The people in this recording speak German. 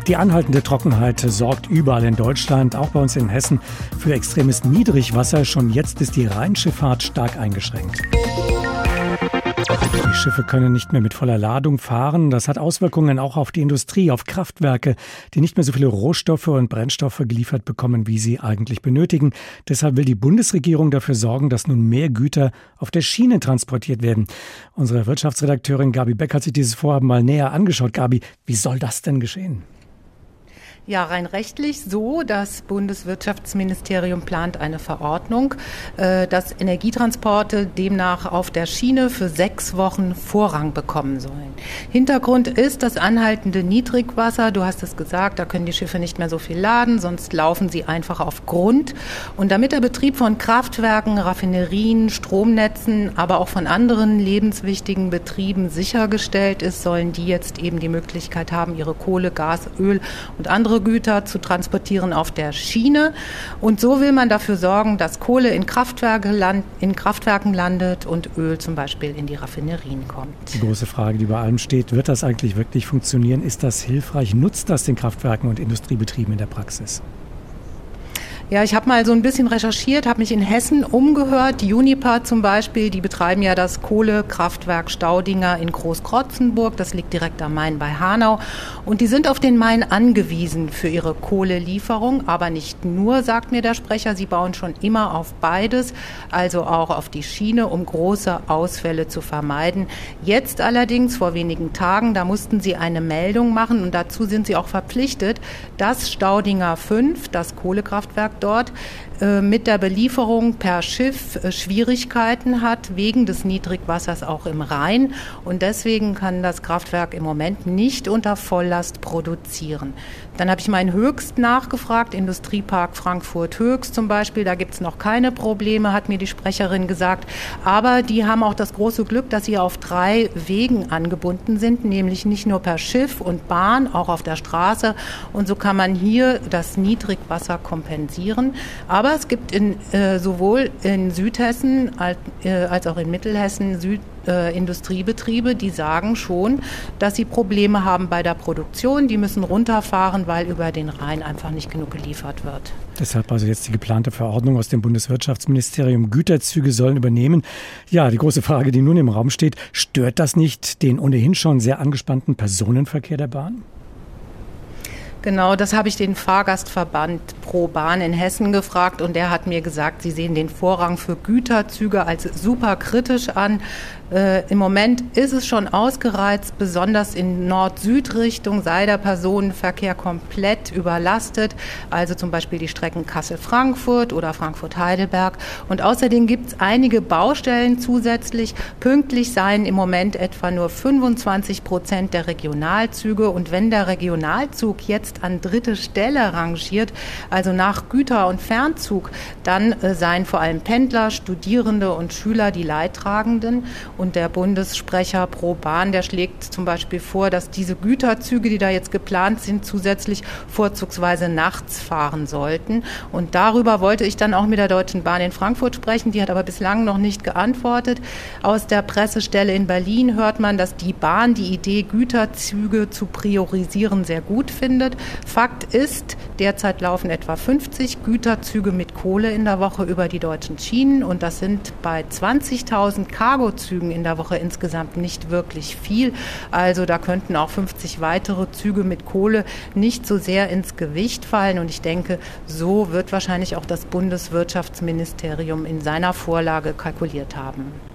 Die anhaltende Trockenheit sorgt überall in Deutschland, auch bei uns in Hessen, für extremes Niedrigwasser. Schon jetzt ist die Rheinschifffahrt stark eingeschränkt. Die Schiffe können nicht mehr mit voller Ladung fahren. Das hat Auswirkungen auch auf die Industrie, auf Kraftwerke, die nicht mehr so viele Rohstoffe und Brennstoffe geliefert bekommen, wie sie eigentlich benötigen. Deshalb will die Bundesregierung dafür sorgen, dass nun mehr Güter auf der Schiene transportiert werden. Unsere Wirtschaftsredakteurin Gabi Beck hat sich dieses Vorhaben mal näher angeschaut. Gabi, wie soll das denn geschehen? Ja, rein rechtlich so, das Bundeswirtschaftsministerium plant eine Verordnung, dass Energietransporte demnach auf der Schiene für 6 Wochen Vorrang bekommen sollen. Hintergrund ist das anhaltende Niedrigwasser. Du hast es gesagt, da können die Schiffe nicht mehr so viel laden, sonst laufen sie einfach auf Grund. Und damit der Betrieb von Kraftwerken, Raffinerien, Stromnetzen, aber auch von anderen lebenswichtigen Betrieben sichergestellt ist, sollen die jetzt eben die Möglichkeit haben, ihre Kohle, Gas, Öl und andere Güter zu transportieren auf der Schiene. Und so will man dafür sorgen, dass Kohle in Kraftwerken landet und Öl zum Beispiel in die Raffinerien kommt. Die große Frage, die bei allem steht, wird das eigentlich wirklich funktionieren? Ist das hilfreich? Nutzt das den Kraftwerken und Industriebetrieben in der Praxis? Ja, ich habe mal so ein bisschen recherchiert, habe mich in Hessen umgehört. Die Uniper zum Beispiel, die betreiben ja das Kohlekraftwerk Staudinger in Großkrotzenburg. Das liegt direkt am Main bei Hanau. Und die sind auf den Main angewiesen für ihre Kohlelieferung. Aber nicht nur, sagt mir der Sprecher. Sie bauen schon immer auf beides, also auch auf die Schiene, um große Ausfälle zu vermeiden. Jetzt allerdings, vor wenigen Tagen, da mussten sie eine Meldung machen. Und dazu sind sie auch verpflichtet, dass Staudinger 5, das Kohlekraftwerk dort, mit der Belieferung per Schiff Schwierigkeiten hat, wegen des Niedrigwassers auch im Rhein. Und deswegen kann das Kraftwerk im Moment nicht unter Volllast produzieren. Dann habe ich mal in Höchst nachgefragt, Industriepark Frankfurt-Höchst zum Beispiel. Da gibt es noch keine Probleme, hat mir die Sprecherin gesagt. Aber die haben auch das große Glück, dass sie auf 3 Wegen angebunden sind, nämlich nicht nur per Schiff und Bahn, auch auf der Straße. Und so kann man hier das Niedrigwasser kompensieren. Aber es gibt sowohl in Südhessen als auch in Mittelhessen Industriebetriebe, die sagen schon, dass sie Probleme haben bei der Produktion. Die müssen runterfahren, weil über den Rhein einfach nicht genug geliefert wird. Deshalb also jetzt die geplante Verordnung aus dem Bundeswirtschaftsministerium. Güterzüge sollen übernehmen. Ja, die große Frage, die nun im Raum steht, stört das nicht den ohnehin schon sehr angespannten Personenverkehr der Bahn? Genau, das habe ich den Fahrgastverband Pro Bahn in Hessen gefragt und der hat mir gesagt, sie sehen den Vorrang für Güterzüge als super kritisch an. Im Moment ist es schon ausgereizt, besonders in Nord-Süd-Richtung sei der Personenverkehr komplett überlastet, also zum Beispiel die Strecken Kassel-Frankfurt oder Frankfurt-Heidelberg. Und außerdem gibt es einige Baustellen zusätzlich. Pünktlich seien im Moment etwa nur 25% der Regionalzüge und wenn der Regionalzug jetzt an 3. Stelle rangiert, also nach Güter- und Fernzug, dann seien vor allem Pendler, Studierende und Schüler die Leidtragenden. Und der Bundessprecher Pro Bahn, der schlägt zum Beispiel vor, dass diese Güterzüge, die da jetzt geplant sind, zusätzlich vorzugsweise nachts fahren sollten. Und darüber wollte ich dann auch mit der Deutschen Bahn in Frankfurt sprechen. Die hat aber bislang noch nicht geantwortet. Aus der Pressestelle in Berlin hört man, dass die Bahn die Idee, Güterzüge zu priorisieren, sehr gut findet. Fakt ist, derzeit laufen etwa 50 Güterzüge mit Kohle in der Woche über die deutschen Schienen. Und das sind bei 20.000 Cargozügen in der Woche insgesamt nicht wirklich viel. Also da könnten auch 50 weitere Züge mit Kohle nicht so sehr ins Gewicht fallen. Und ich denke, so wird wahrscheinlich auch das Bundeswirtschaftsministerium in seiner Vorlage kalkuliert haben.